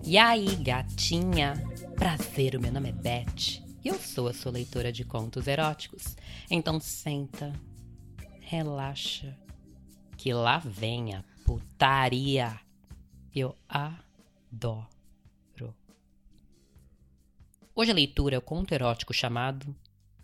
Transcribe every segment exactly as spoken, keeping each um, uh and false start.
E aí, gatinha? Prazer, o meu nome é Beth e eu sou a sua leitora de contos eróticos. Então senta, relaxa, que lá vem a putaria. Eu adoro. Hoje a leitura é o conto erótico chamado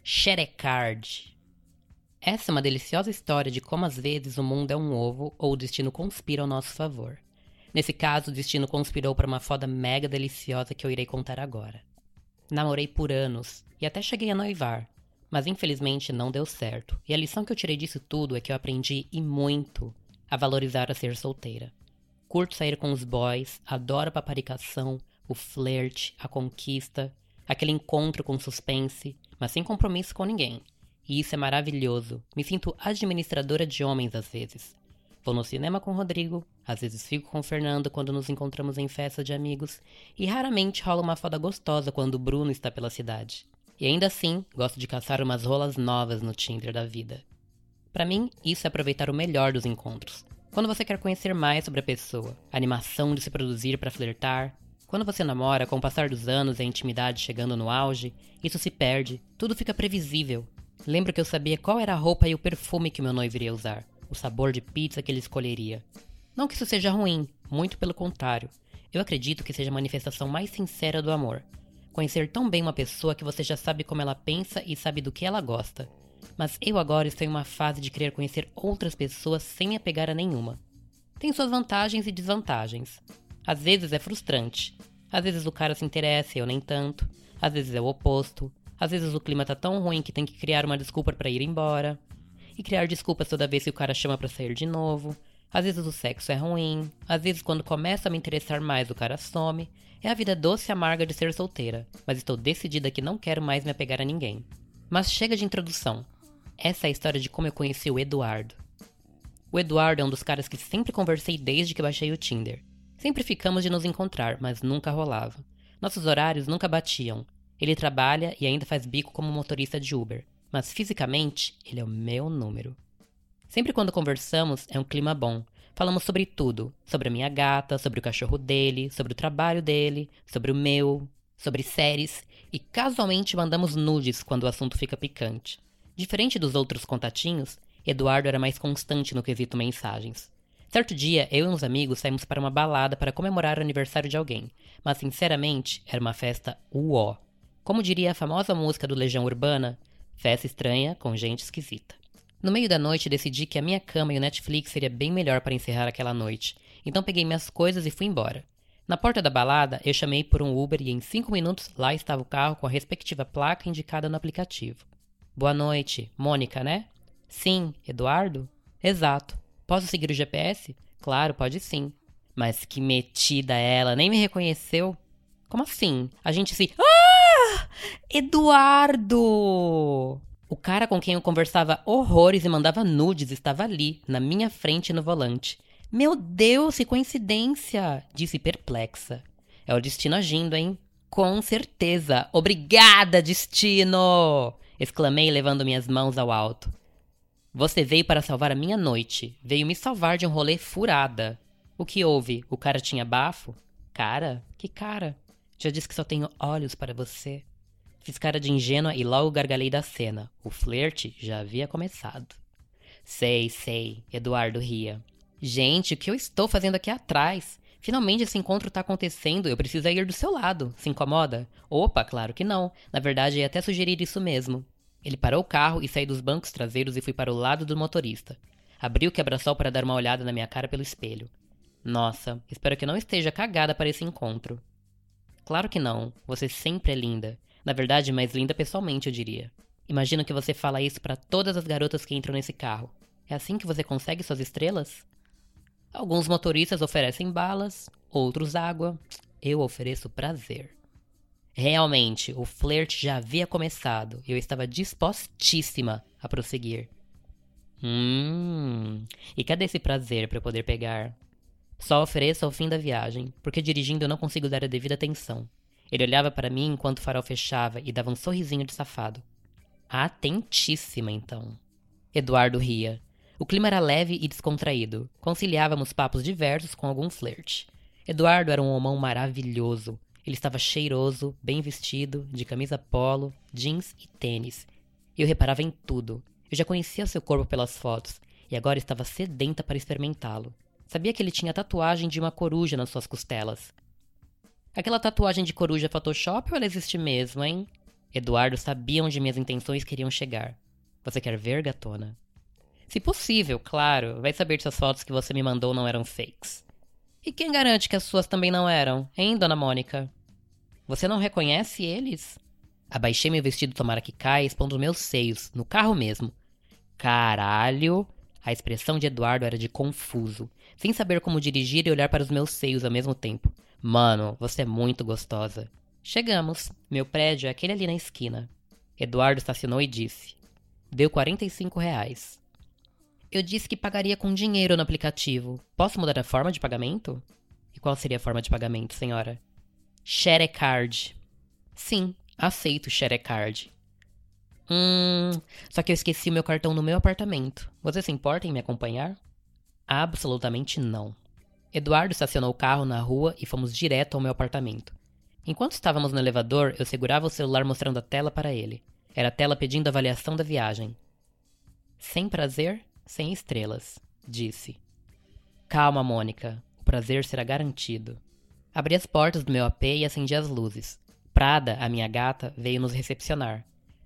Xerecard. Essa é uma deliciosa história de como às vezes o mundo é um ovo ou o destino conspira ao nosso favor. Nesse caso, o destino conspirou para uma foda mega deliciosa que eu irei contar agora. Namorei por anos e até cheguei a noivar, mas infelizmente não deu certo. E a lição que eu tirei disso tudo é que eu aprendi, e muito, a valorizar a ser solteira. Curto sair com os boys, adoro a paparicação, o flerte, a conquista, aquele encontro com suspense, mas sem compromisso com ninguém. E isso é maravilhoso. Me sinto administradora de homens às vezes. Vou no cinema com o Rodrigo, às vezes fico com o Fernando quando nos encontramos em festa de amigos, e raramente rola uma foda gostosa quando o Bruno está pela cidade. E ainda assim, gosto de caçar umas rolas novas no Tinder da vida. Pra mim, isso é aproveitar o melhor dos encontros. Quando você quer conhecer mais sobre a pessoa, a animação de se produzir pra flertar. Quando você namora, com o passar dos anos e a intimidade chegando no auge, isso se perde, tudo fica previsível. Lembro que eu sabia qual era a roupa e o perfume que meu noivo iria usar, o sabor de pizza que ele escolheria. Não que isso seja ruim, muito pelo contrário. Eu acredito que seja a manifestação mais sincera do amor. Conhecer tão bem uma pessoa que você já sabe como ela pensa e sabe do que ela gosta. Mas eu agora estou em uma fase de querer conhecer outras pessoas sem me apegar a nenhuma. Tem suas vantagens e desvantagens. Às vezes é frustrante. Às vezes o cara se interessa e eu nem tanto. Às vezes é o oposto. Às vezes o clima tá tão ruim que tem que criar uma desculpa pra ir embora. E criar desculpas toda vez que o cara chama pra sair de novo. Às vezes o sexo é ruim. Às vezes quando começa a me interessar mais o cara some. É a vida doce e amarga de ser solteira. Mas estou decidida que não quero mais me apegar a ninguém. Mas chega de introdução. Essa é a história de como eu conheci o Eduardo. O Eduardo é um dos caras que sempre conversei desde que baixei o Tinder. Sempre ficamos de nos encontrar, mas nunca rolava. Nossos horários nunca batiam. Ele trabalha e ainda faz bico como motorista de Uber. Mas fisicamente, ele é o meu número. Sempre quando conversamos, é um clima bom. Falamos sobre tudo. Sobre a minha gata, sobre o cachorro dele, sobre o trabalho dele, sobre o meu, sobre séries. E casualmente mandamos nudes quando o assunto fica picante. Diferente dos outros contatinhos, Eduardo era mais constante no quesito mensagens. Certo dia, eu e uns amigos saímos para uma balada para comemorar o aniversário de alguém. Mas, sinceramente, era uma festa uó. Como diria a famosa música do Legião Urbana, festa estranha com gente esquisita. No meio da noite, decidi que a minha cama e o Netflix seria bem melhor para encerrar aquela noite. Então peguei minhas coisas e fui embora. Na porta da balada, eu chamei por um Uber e em cinco minutos lá estava o carro com a respectiva placa indicada no aplicativo. Boa noite. Mônica, né? Sim. Eduardo? Exato. Posso seguir o G P S? Claro, pode sim. Mas que metida ela, nem me reconheceu? Como assim? A gente se... Ah! Eduardo! O cara com quem eu conversava horrores e mandava nudes estava ali, na minha frente no volante. Meu Deus, que coincidência! Disse perplexa. É o destino agindo, hein? Com certeza. Obrigada, destino! Exclamei, levando minhas mãos ao alto. Você veio para salvar a minha noite. Veio me salvar de um rolê furada. O que houve? O cara tinha bafo? Cara? Que cara? Já disse que só tenho olhos para você. Fiz cara de ingênua e logo gargalhei da cena. O flerte já havia começado. Sei, sei. Eduardo ria. Gente, o que eu estou fazendo aqui atrás? Finalmente esse encontro tá acontecendo. Eu preciso ir do seu lado. Se incomoda? Opa, claro que não. Na verdade, ia até sugerir isso mesmo. Ele parou o carro e saí dos bancos traseiros e fui para o lado do motorista. Abri o quebra-sol para dar uma olhada na minha cara pelo espelho. Nossa, espero que não esteja cagada para esse encontro. Claro que não. Você sempre é linda. Na verdade, mais linda pessoalmente, eu diria. Imagino que você fala isso para todas as garotas que entram nesse carro. É assim que você consegue suas estrelas? Alguns motoristas oferecem balas, outros água. Eu ofereço prazer. Realmente, o flerte já havia começado e eu estava dispostíssima a prosseguir. Hum, e cadê esse prazer para eu poder pegar? Só ofereço ao fim da viagem, porque dirigindo eu não consigo dar a devida atenção. Ele olhava para mim enquanto o farol fechava e dava um sorrisinho de safado. Atentíssima, então. Eduardo ria. O clima era leve e descontraído. Conciliávamos papos diversos com algum flerte. Eduardo era um homão maravilhoso. Ele estava cheiroso, bem vestido, de camisa polo, jeans e tênis. Eu reparava em tudo. Eu já conhecia seu corpo pelas fotos, e agora estava sedenta para experimentá-lo. Sabia que ele tinha tatuagem de uma coruja nas suas costelas. Aquela tatuagem de coruja é Photoshop ou ela existe mesmo, hein? Eduardo sabia onde minhas intenções queriam chegar. Você quer ver, gatona? Se possível, claro. Vai saber se as fotos que você me mandou não eram fakes. E quem garante que as suas também não eram, hein, dona Mônica? Você não reconhece eles? Abaixei meu vestido tomara que caia, expondo meus seios, no carro mesmo. Caralho! A expressão de Eduardo era de confuso, sem saber como dirigir e olhar para os meus seios ao mesmo tempo. Mano, você é muito gostosa. Chegamos. Meu prédio é aquele ali na esquina. Eduardo estacionou e disse. Deu quarenta e cinco reais. Eu disse que pagaria com dinheiro no aplicativo. Posso mudar a forma de pagamento? E qual seria a forma de pagamento, senhora? Sharecard. Sim, aceito Sharecard. Hum, só que eu esqueci o meu cartão no meu apartamento. Você se importa em me acompanhar? Absolutamente não. Eduardo estacionou o carro na rua e fomos direto ao meu apartamento. Enquanto estávamos no elevador, eu segurava o celular mostrando a tela para ele. Era a tela pedindo a avaliação da viagem. Sem prazer, sem estrelas, disse. Calma, Mônica. O prazer será garantido. Abri as portas do meu A P e acendi as luzes. Prada, a minha gata, veio nos recepcionar.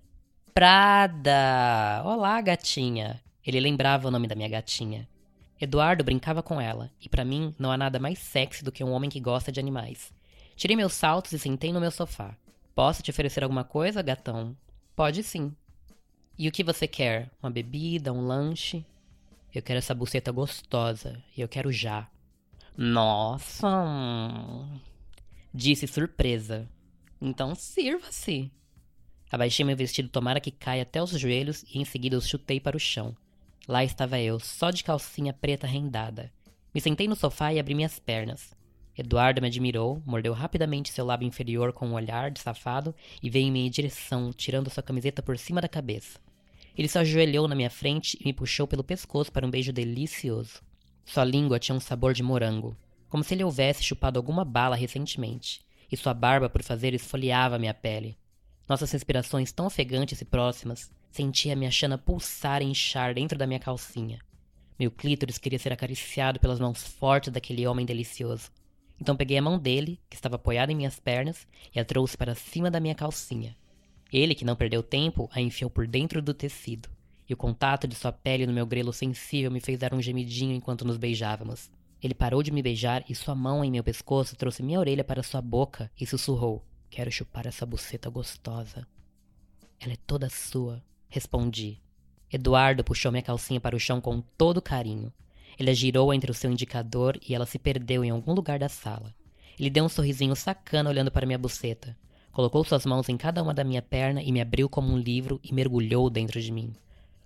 Prada! Olá, gatinha. Ele lembrava o nome da minha gatinha. Eduardo brincava com ela, e pra mim não há nada mais sexy do que um homem que gosta de animais. Tirei meus saltos e sentei no meu sofá. Posso te oferecer alguma coisa, gatão? Pode sim. E o que você quer? Uma bebida, um lanche? Eu quero essa buceta gostosa, e eu quero já. Nossa! Disse surpresa. Então sirva-se. Abaixei meu vestido tomara que caia até os joelhos e em seguida os chutei para o chão. Lá estava eu, só de calcinha preta rendada. Me sentei no sofá e abri minhas pernas. Eduardo me admirou, mordeu rapidamente seu lábio inferior com um olhar de safado e veio em minha direção, tirando sua camiseta por cima da cabeça. Ele se ajoelhou na minha frente e me puxou pelo pescoço para um beijo delicioso. Sua língua tinha um sabor de morango, como se ele houvesse chupado alguma bala recentemente, e sua barba por fazer esfoliava minha pele. Nossas respirações tão ofegantes e próximas, sentia a minha chana pulsar e inchar dentro da minha calcinha. Meu clítoris queria ser acariciado pelas mãos fortes daquele homem delicioso. Então peguei a mão dele, que estava apoiada em minhas pernas, e a trouxe para cima da minha calcinha. Ele, que não perdeu tempo, a enfiou por dentro do tecido, e o contato de sua pele no meu grelo sensível me fez dar um gemidinho enquanto nos beijávamos. Ele parou de me beijar e sua mão em meu pescoço trouxe minha orelha para sua boca e sussurrou. Quero chupar essa buceta gostosa. Ela é toda sua, respondi. Eduardo puxou minha calcinha para o chão com todo carinho. Ele a girou entre o seu indicador e ela se perdeu em algum lugar da sala. Ele deu um sorrisinho sacana olhando para minha buceta. Colocou suas mãos em cada uma da minha perna e me abriu como um livro e mergulhou dentro de mim.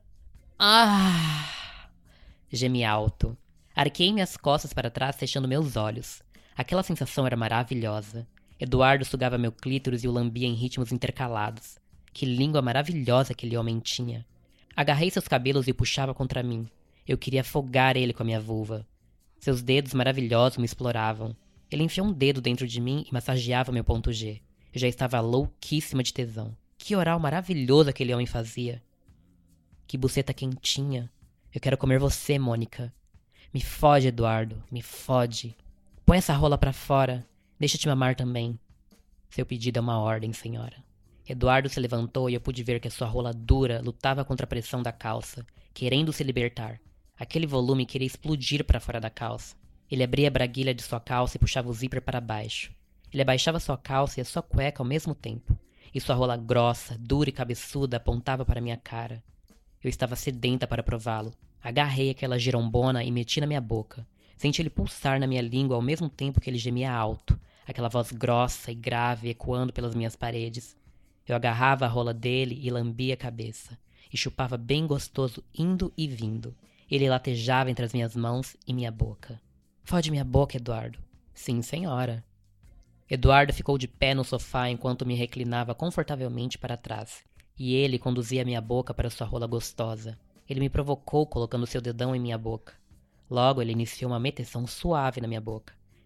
Ah! Gemi alto. Arquei minhas costas para trás, fechando meus olhos. Aquela sensação era maravilhosa. Eduardo sugava meu clítoris e o lambia em ritmos intercalados. Que língua maravilhosa aquele homem tinha. Agarrei seus cabelos e o puxava contra mim. Eu queria afogar ele com a minha vulva. Seus dedos maravilhosos me exploravam. Ele enfiou um dedo dentro de mim e massageava meu ponto G. Eu já estava louquíssima de tesão. Que oral maravilhoso aquele homem fazia. Que buceta quentinha. Eu quero comer você, Mônica. Me fode, Eduardo. Me fode. Põe essa rola pra fora. Deixa eu te mamar também. Seu pedido é uma ordem, senhora. Eduardo se levantou e eu pude ver que a sua rola dura lutava contra a pressão da calça, querendo se libertar. Aquele volume queria explodir para fora da calça. Ele abria a braguilha de sua calça e puxava o zíper para baixo. Ele abaixava sua calça e a sua cueca ao mesmo tempo. E sua rola grossa, dura e cabeçuda apontava para minha cara. Eu estava sedenta para prová-lo. Agarrei aquela girombona e meti na minha boca. Senti ele pulsar na minha língua ao mesmo tempo que ele gemia alto. Aquela voz grossa e grave ecoando pelas minhas paredes. Eu agarrava a rola dele e lambia a cabeça. E chupava bem gostoso indo e vindo. Ele latejava entre as minhas mãos e minha boca. Fode minha boca, Eduardo. Sim, senhora. Eduardo ficou de pé no sofá enquanto me reclinava confortavelmente para trás. E ele conduzia minha boca para sua rola gostosa. Ele me provocou colocando seu dedão em minha boca. Logo ele iniciou uma meteção suave na minha boca.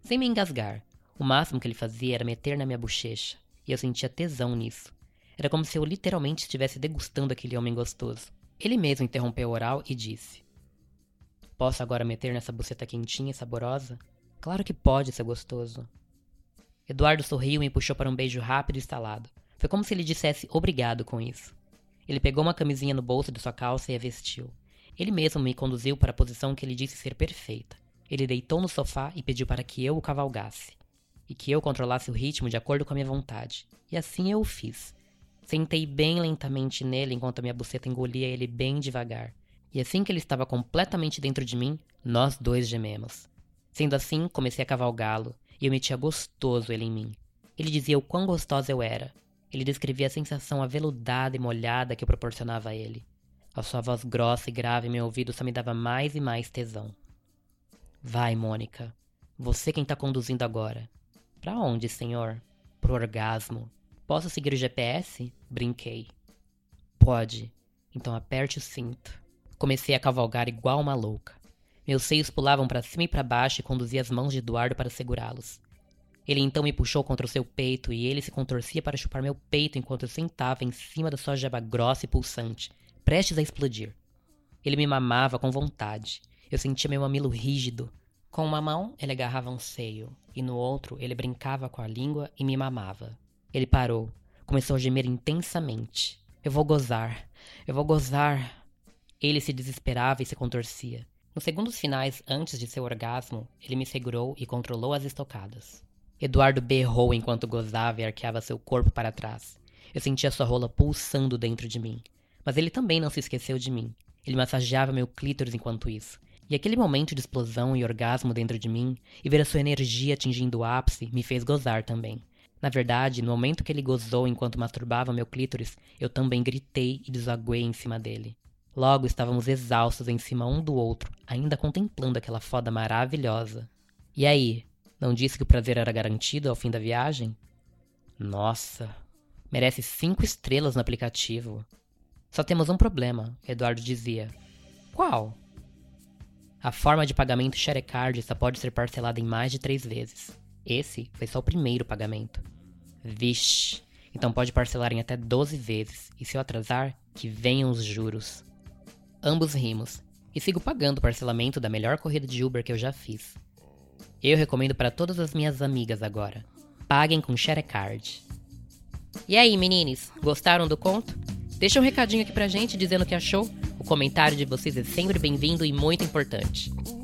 sem me engasgar. O máximo que ele fazia era meter na minha bochecha, e eu sentia tesão nisso. Era como se eu literalmente estivesse degustando aquele homem gostoso. Ele mesmo interrompeu o oral e disse: Posso agora meter nessa buceta quentinha e saborosa? Claro que pode, seu gostoso. Eduardo sorriu e me puxou para um beijo rápido e estalado. Foi como se ele dissesse obrigado com isso. Ele pegou uma camisinha no bolso de sua calça e a vestiu. Ele mesmo me conduziu para a posição que ele disse ser perfeita. Ele deitou no sofá e pediu para que eu o cavalgasse. E que eu controlasse o ritmo de acordo com a minha vontade. E assim eu o fiz. Sentei bem lentamente nele enquanto a minha buceta engolia ele bem devagar. E assim que ele estava completamente dentro de mim, nós dois gememos. Sendo assim, comecei a cavalgá-lo, e eu metia gostoso ele em mim. Ele dizia o quão gostosa eu era. Ele descrevia a sensação aveludada e molhada que eu proporcionava a ele. A sua voz grossa e grave em meu ouvido só me dava mais e mais tesão. Vai, Mônica. Você quem tá conduzindo agora. Pra onde, senhor? Pro orgasmo. Posso seguir o G P S? Brinquei. Pode. Então aperte o cinto. Comecei a cavalgar igual uma louca. Meus seios pulavam para cima e para baixo e conduzia as mãos de Eduardo para segurá-los. Ele então me puxou contra o seu peito e ele se contorcia para chupar meu peito enquanto eu sentava em cima da sua jeba grossa e pulsante, prestes a explodir. Ele me mamava com vontade. Eu sentia meu mamilo rígido. Com uma mão, ele agarrava um seio, e no outro, ele brincava com a língua e me mamava. Ele parou. Começou a gemer intensamente. Eu vou gozar. Eu vou gozar. Ele se desesperava e se contorcia. Nos segundos finais, antes de seu orgasmo, ele me segurou e controlou as estocadas. Eduardo berrou enquanto gozava e arqueava seu corpo para trás. Eu sentia sua rola pulsando dentro de mim. Mas ele também não se esqueceu de mim. Ele massageava meu clítoris enquanto isso. E aquele momento de explosão e orgasmo dentro de mim, e ver a sua energia atingindo o ápice, me fez gozar também. Na verdade, no momento que ele gozou enquanto masturbava meu clítoris, eu também gritei e desaguei em cima dele. Logo estávamos exaustos em cima um do outro, ainda contemplando aquela foda maravilhosa. E aí, não disse que o prazer era garantido ao fim da viagem? Nossa, merece cinco estrelas no aplicativo. Só temos um problema, Eduardo dizia. Qual? A forma de pagamento Sharecard só pode ser parcelada em mais de três vezes. Esse foi só o primeiro pagamento. Vixe, então pode parcelar em até doze vezes, e se eu atrasar, que venham os juros. Ambos rimos, e sigo pagando o parcelamento da melhor corrida de Uber que eu já fiz. Eu recomendo para todas as minhas amigas agora. Paguem com Sharecard. E aí, meninos, gostaram do conto? Deixa um recadinho aqui pra gente dizendo o que achou. O comentário de vocês é sempre bem-vindo e muito importante.